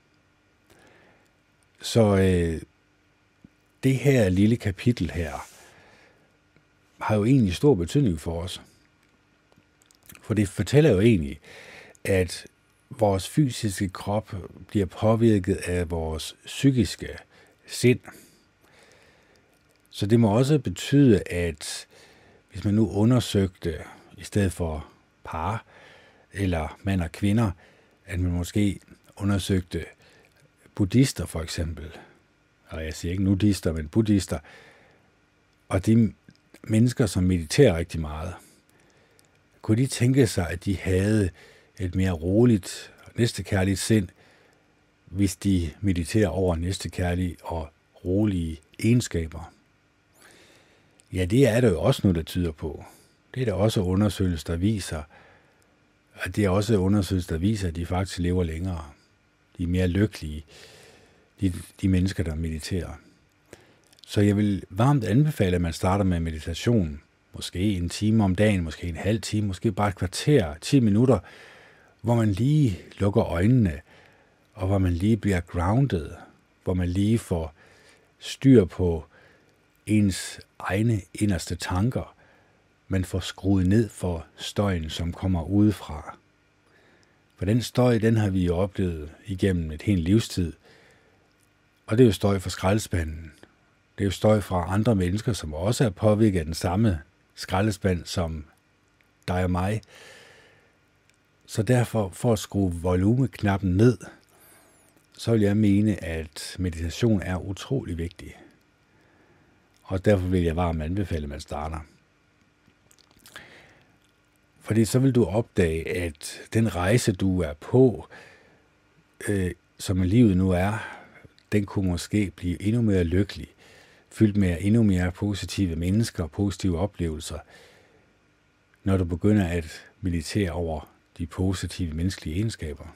Så øh, det her lille kapitel her har jo egentlig stor betydning for os. For det fortæller jo egentlig, at vores fysiske krop bliver påvirket af vores psykiske sind. Så det må også betyde, at hvis man nu undersøgte, i stedet for par eller mænd og kvinder, at man måske undersøgte buddhister for eksempel, og jeg siger ikke nudister, men buddhister, og de mennesker, som mediterer rigtig meget, kunne de tænke sig, at de havde et mere roligt og næstekærligt sind, hvis de mediterer over næstekærlige og rolige egenskaber? Ja, det er der jo også noget, der tyder på. Det er der også undersøgelser, der viser, og det er også undersøgelser, der viser, at de faktisk lever længere. De er mere lykkelige, de, de mennesker, der mediterer. Så jeg vil varmt anbefale, at man starter med meditation. Måske en time om dagen, måske en halv time, måske bare et kvarter, ti minutter, hvor man lige lukker øjnene, og hvor man lige bliver grounded, hvor man lige får styr på ens egne inderste tanker, man får skruet ned for støjen, som kommer udefra. For den støj, den har vi jo oplevet igennem et helt livstid, og det er jo støj fra skraldespanden. Det er jo støj fra andre mennesker, som også er påvirket af den samme skraldespand som dig og mig. Så derfor, for at skrue volumeknappen ned, så vil jeg mene, at meditation er utrolig vigtig. Og derfor vil jeg varmt anbefale, at man starter. Fordi så vil du opdage, at den rejse, du er på, øh, som livet nu er, den kunne måske blive endnu mere lykkelig, fyldt med endnu mere positive mennesker og positive oplevelser, når du begynder at meditere over de positive menneskelige egenskaber.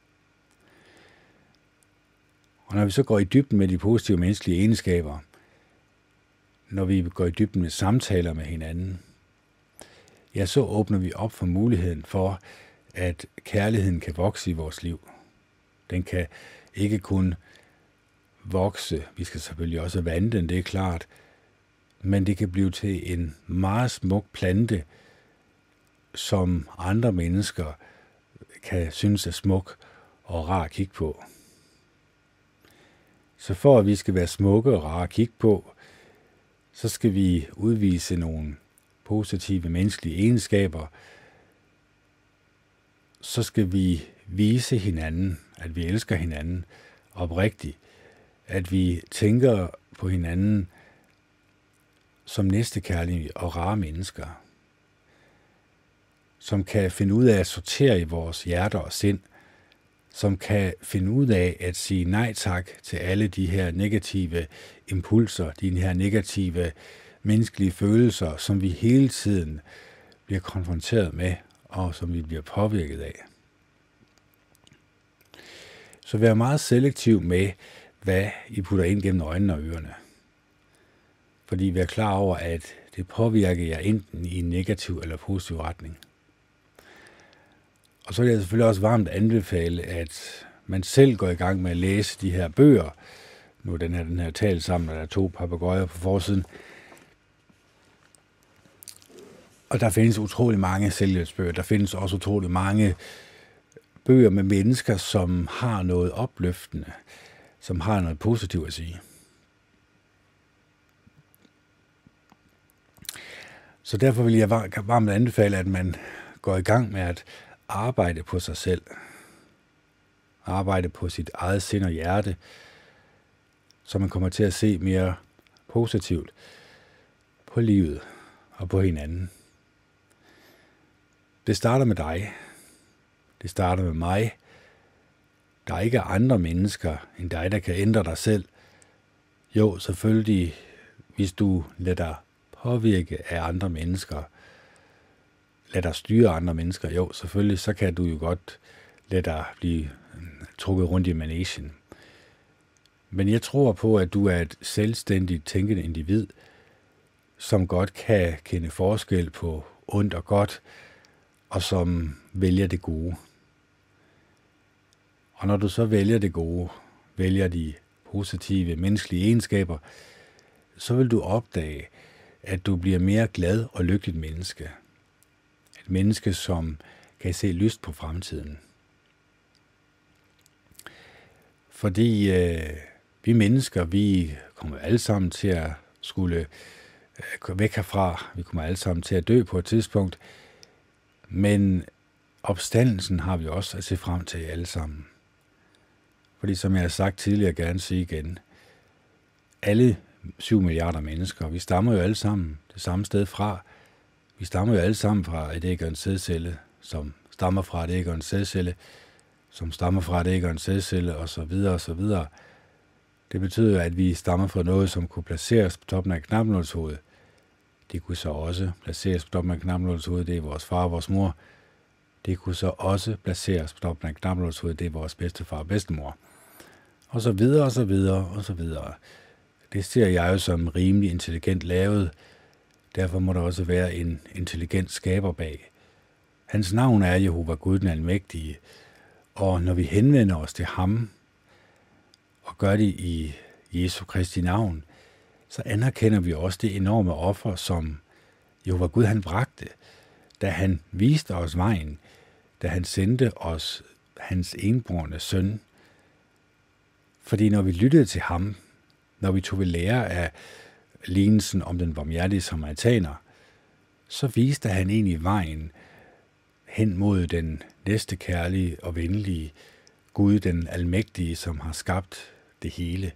Og når vi så går i dybden med de positive menneskelige egenskaber, når vi går i dybden med samtaler med hinanden, ja, så åbner vi op for muligheden for, at kærligheden kan vokse i vores liv. Den kan ikke kun vokse, vi skal selvfølgelig også vande den, det er klart, men det kan blive til en meget smuk plante, som andre mennesker kan synes er smuk og rar at kigge på. Så for at vi skal være smukke og rare at kigge på, så skal vi udvise nogle positive menneskelige egenskaber. Så skal vi vise hinanden, at vi elsker hinanden oprigtigt, at vi tænker på hinanden som næstekærlige og rare mennesker, som kan finde ud af at sortere i vores hjerter og sind, som kan finde ud af at sige nej tak til alle de her negative impulser, de her negative menneskelige følelser, som vi hele tiden bliver konfronteret med, og som vi bliver påvirket af. Så vær meget selektiv med, hvad I putter ind gennem øjnene og ørerne. Fordi vær klar over, at det påvirker jer enten i en negativ eller positiv retning. Og så vil jeg selvfølgelig også varmt anbefale, at man selv går i gang med at læse de her bøger. Nu er den her, den her tale sammen, og der er to papegøjer på forsiden. Og der findes utrolig mange selvhjælpsbøger. Der findes også utrolig mange bøger med mennesker, som har noget opløftende, som har noget positivt at sige. Så derfor vil jeg varmt anbefale, at man går i gang med at arbejde på sig selv. Arbejde på sit eget sind og hjerte, så man kommer til at se mere positivt på livet og på hinanden. Det starter med dig. Det starter med mig. Der er ikke andre mennesker end dig, der kan ændre dig selv. Jo, selvfølgelig, hvis du lader dig påvirke af andre mennesker, lad dig styre andre mennesker, jo, selvfølgelig, så kan du jo godt lade dig blive trukket rundt i managen. Men jeg tror på, at du er et selvstændigt tænkende individ, som godt kan kende forskel på ondt og godt, og som vælger det gode. Og når du så vælger det gode, vælger de positive menneskelige egenskaber, så vil du opdage, at du bliver mere glad og lykkeligt menneske. Et menneske, som kan se lyst på fremtiden. Fordi øh, vi mennesker, vi kommer alle sammen til at skulle øh, væk herfra. Vi kommer alle sammen til at dø på et tidspunkt. Men opstandelsen har vi også at se frem til alle sammen. Fordi som jeg har sagt tidligere, gerne sige igen, alle syv milliarder mennesker, vi stammer jo alle sammen det samme sted fra. Vi stammer jo alle sammen fra et æg og en sædcelle, som stammer fra et æg og en sædcelle, som stammer fra et æg og en sædcelle, og så videre, og så videre. Det betyder, at vi stammer fra noget, som kunne placeres på toppen af knapnålshovedet. Det kunne så også placeres på toppen af knapnålshovedet, det er vores far og vores mor. Det kunne så også placeres på toppen af knapnålshovedet, det er vores bedstefar og bedstemor. Og så videre, og så videre, og så videre. Det ser jeg jo som rimelig intelligent lavet. Derfor må der også være en intelligent skaber bag. Hans navn er Jehova Gud den Almægtige. Og når vi henvender os til ham, og gør det i Jesu Kristi navn, så anerkender vi også det enorme offer, som Jehova Gud han bragte, da han viste os vejen, da han sendte os hans enborne søn. Fordi når vi lyttede til ham, når vi tog ved lære af lignelsen om den barmhjertige samaritaner, så viste han egentlig vejen hen mod den næstekærlige og venlige Gud, den almægtige, som har skabt det hele.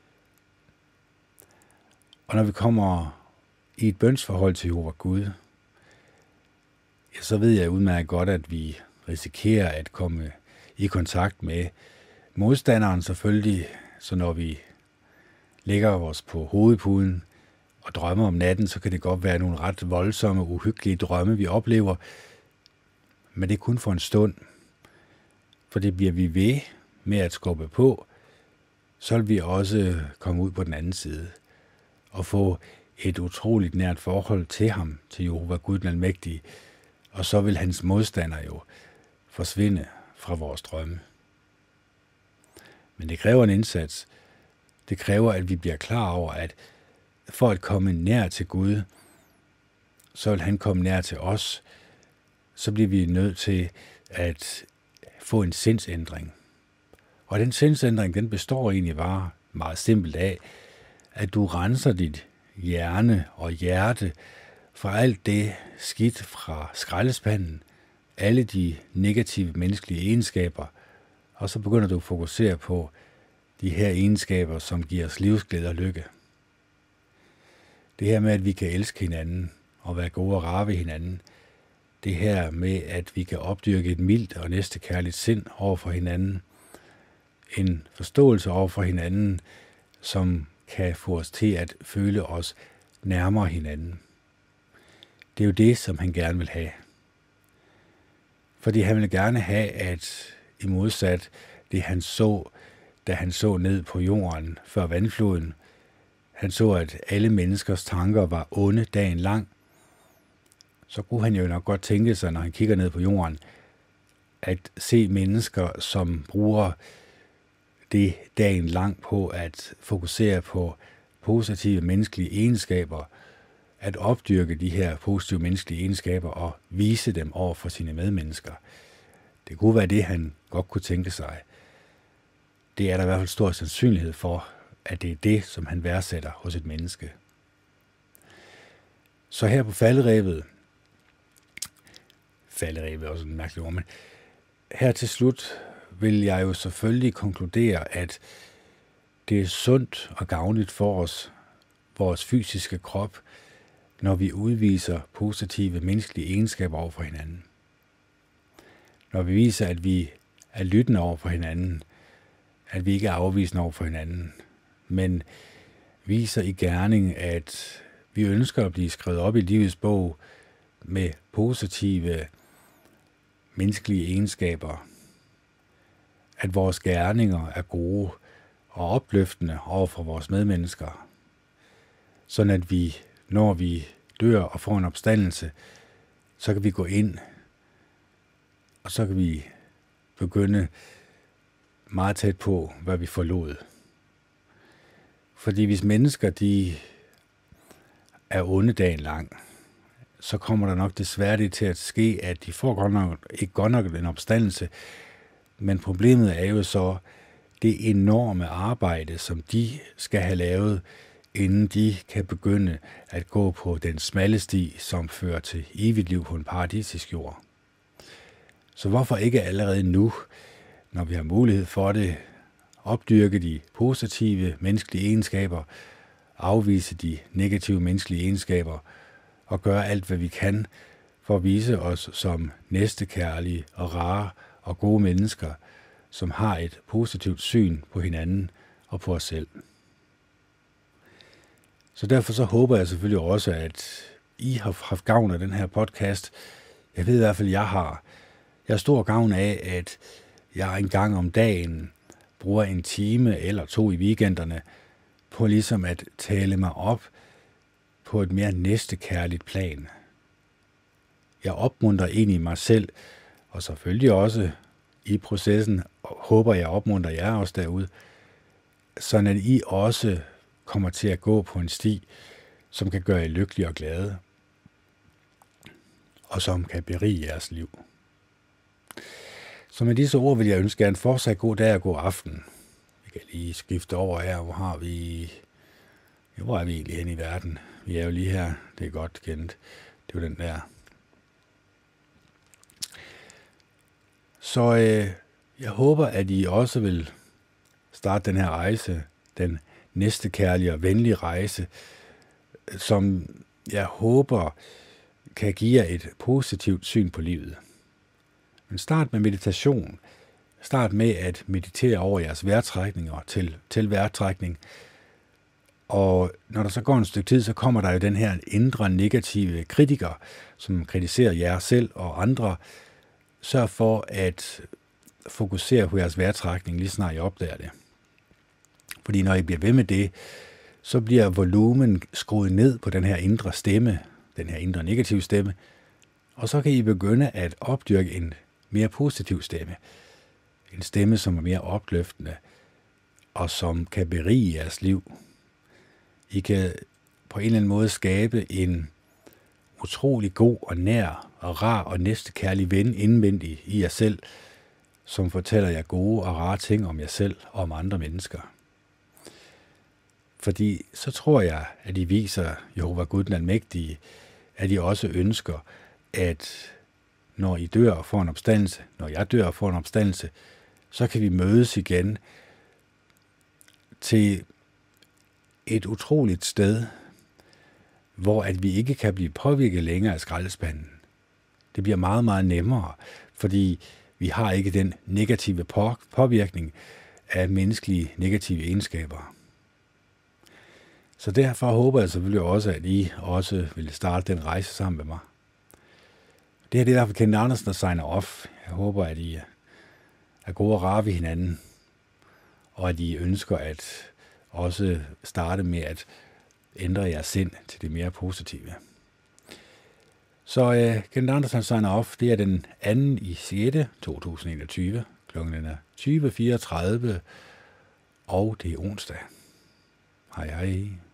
Og når vi kommer i et bønsforhold til Jehova Gud, ja, så ved jeg udmærket godt, at vi risikerer at komme i kontakt med modstanderen selvfølgelig, så når vi ligger os på hovedpuden og drømmer om natten, så kan det godt være nogle ret voldsomme, uhyggelige drømme, vi oplever. Men det er kun for en stund. For det bliver vi ved med at skubbe på, så vil vi også komme ud på den anden side og få et utroligt nært forhold til ham, til Jehova Gud den Almægtige, og så vil hans modstander jo forsvinde fra vores drømme. Men det kræver en indsats. Det kræver, at vi bliver klar over, at for at komme nær til Gud, så vil han komme nær til os, så bliver vi nødt til at få en sindsændring. Og den sindsændring, den består egentlig bare meget simpelt af, at du renser dit hjerne og hjerte fra alt det skidt fra skraldespanden, alle de negative menneskelige egenskaber, og så begynder du at fokusere på de her egenskaber, som giver os livsglæde og lykke. Det her med, at vi kan elske hinanden og være gode og rare ved hinanden. Det her med, at vi kan opdyrke et mildt og næstekærligt sind over for hinanden. en forståelse over for hinanden, som kan få os til at føle os nærmere hinanden. Det er jo det, som han gerne vil have. Fordi han vil gerne have, at i modsat det han så, da han så ned på jorden før vandfloden, han så, at alle menneskers tanker var onde dagen lang, så kunne han jo nok godt tænke sig, når han kigger ned på jorden, at se mennesker, som bruger det dagen lang på at fokusere på positive menneskelige egenskaber, at opdyrke de her positive menneskelige egenskaber og vise dem over for sine medmennesker. Det kunne være det, han godt kunne tænke sig. Det er der i hvert fald stor sandsynlighed for, at det er det, som han værdsætter hos et menneske. Så her på falderevet, falderevet er også en mærkelig ord, men her til slut vil jeg jo selvfølgelig konkludere, at det er sundt og gavnligt for os, vores fysiske krop, når vi udviser positive menneskelige egenskaber over for hinanden. Når vi viser, at vi er lyttende over for hinanden, at vi ikke er afvisende over for hinanden, men viser i gerning, at vi ønsker at blive skrevet op i livets bog med positive menneskelige egenskaber, at vores gerninger er gode og opløftende over for vores medmennesker, sådan at vi, når vi dør og får en opstandelse, så kan vi gå ind, og så kan vi begynde meget tæt på, hvad vi forlod. Fordi hvis mennesker, de er onde dagen lang, så kommer der nok desværre det til at ske, at de får godt nok, ikke godt nok en opstandelse, men problemet er jo så det enorme arbejde, som de skal have lavet, inden de kan begynde at gå på den smalle sti, som fører til evigt liv på en paradisisk jord. Så hvorfor ikke allerede nu, når vi har mulighed for det, opdyrke de positive menneskelige egenskaber, afvise de negative menneskelige egenskaber og gøre alt, hvad vi kan for at vise os som næstekærlige og rare og gode mennesker, som har et positivt syn på hinanden og på os selv. Så derfor så håber jeg selvfølgelig også, at I har haft gavn af den her podcast. Jeg ved i hvert fald, at jeg har. Jeg har stor gavn af, at jeg en gang om dagen bruger en time eller to i weekenderne på ligesom at tale mig op på et mere næstekærligt plan. Jeg opmuntrer ind i mig selv, og selvfølgelig også i processen, og håber jeg opmuntrer jer også derude, sådan at I også kommer til at gå på en sti, som kan gøre jer lykkelige og glade, og som kan berige jeres liv. Så med disse ord vil jeg ønske jer en fortsat god dag og god aften. Vi kan lige skifte over her, hvor har vi... Ja, hvor er vi egentlig henne i verden? Vi er jo lige her, det er godt kendt. Det er jo den der. Så øh, jeg håber, at I også vil starte den her rejse, den næstekærlige og venlige rejse, som jeg håber kan give jer et positivt syn på livet. Men start med meditation. Start med at meditere over jeres vejrtrækninger til, til vejrtrækning. Og når der så går en stykke tid, så kommer der jo den her indre negative kritiker, som kritiserer jer selv og andre. Sørg for at fokusere på jeres vejrtrækning, lige snart I opdager det. Fordi når I bliver ved med det, så bliver volumen skruet ned på den her indre stemme, den her indre negative stemme, og så kan I begynde at opdyrke en mere positiv stemme. En stemme, som er mere opløftende, og som kan berige jeres liv. I kan på en eller anden måde skabe en utrolig god og nær og rar og næstekærlig ven indvendig i jer selv, som fortæller jer gode og rare ting om jer selv og om andre mennesker. Fordi så tror jeg, at I viser Jehova Gud den Almægtige, at I også ønsker, at når I dør og får en opstandelse, når jeg dør og får en opstandelse, så kan vi mødes igen til et utroligt sted, hvor at vi ikke kan blive påvirket længere af skraldespanden. Det bliver meget, meget nemmere, fordi vi har ikke den negative påvirkning af menneskelige negative egenskaber. Så derfor håber jeg selvfølgelig også, at I også vil starte den rejse sammen med mig. Det her det er derfor Kenneth Andersen, der signer off. Jeg håber, at I er gode og rare ved hinanden, og at I ønsker at også starte med at ændre jeres sind til det mere positive. Så uh, Kenneth Andersen signer off. Det er den anden i sjette to tusind og enogtyve. Klokken er tyve fireogtredive, og det er onsdag. Hej hej.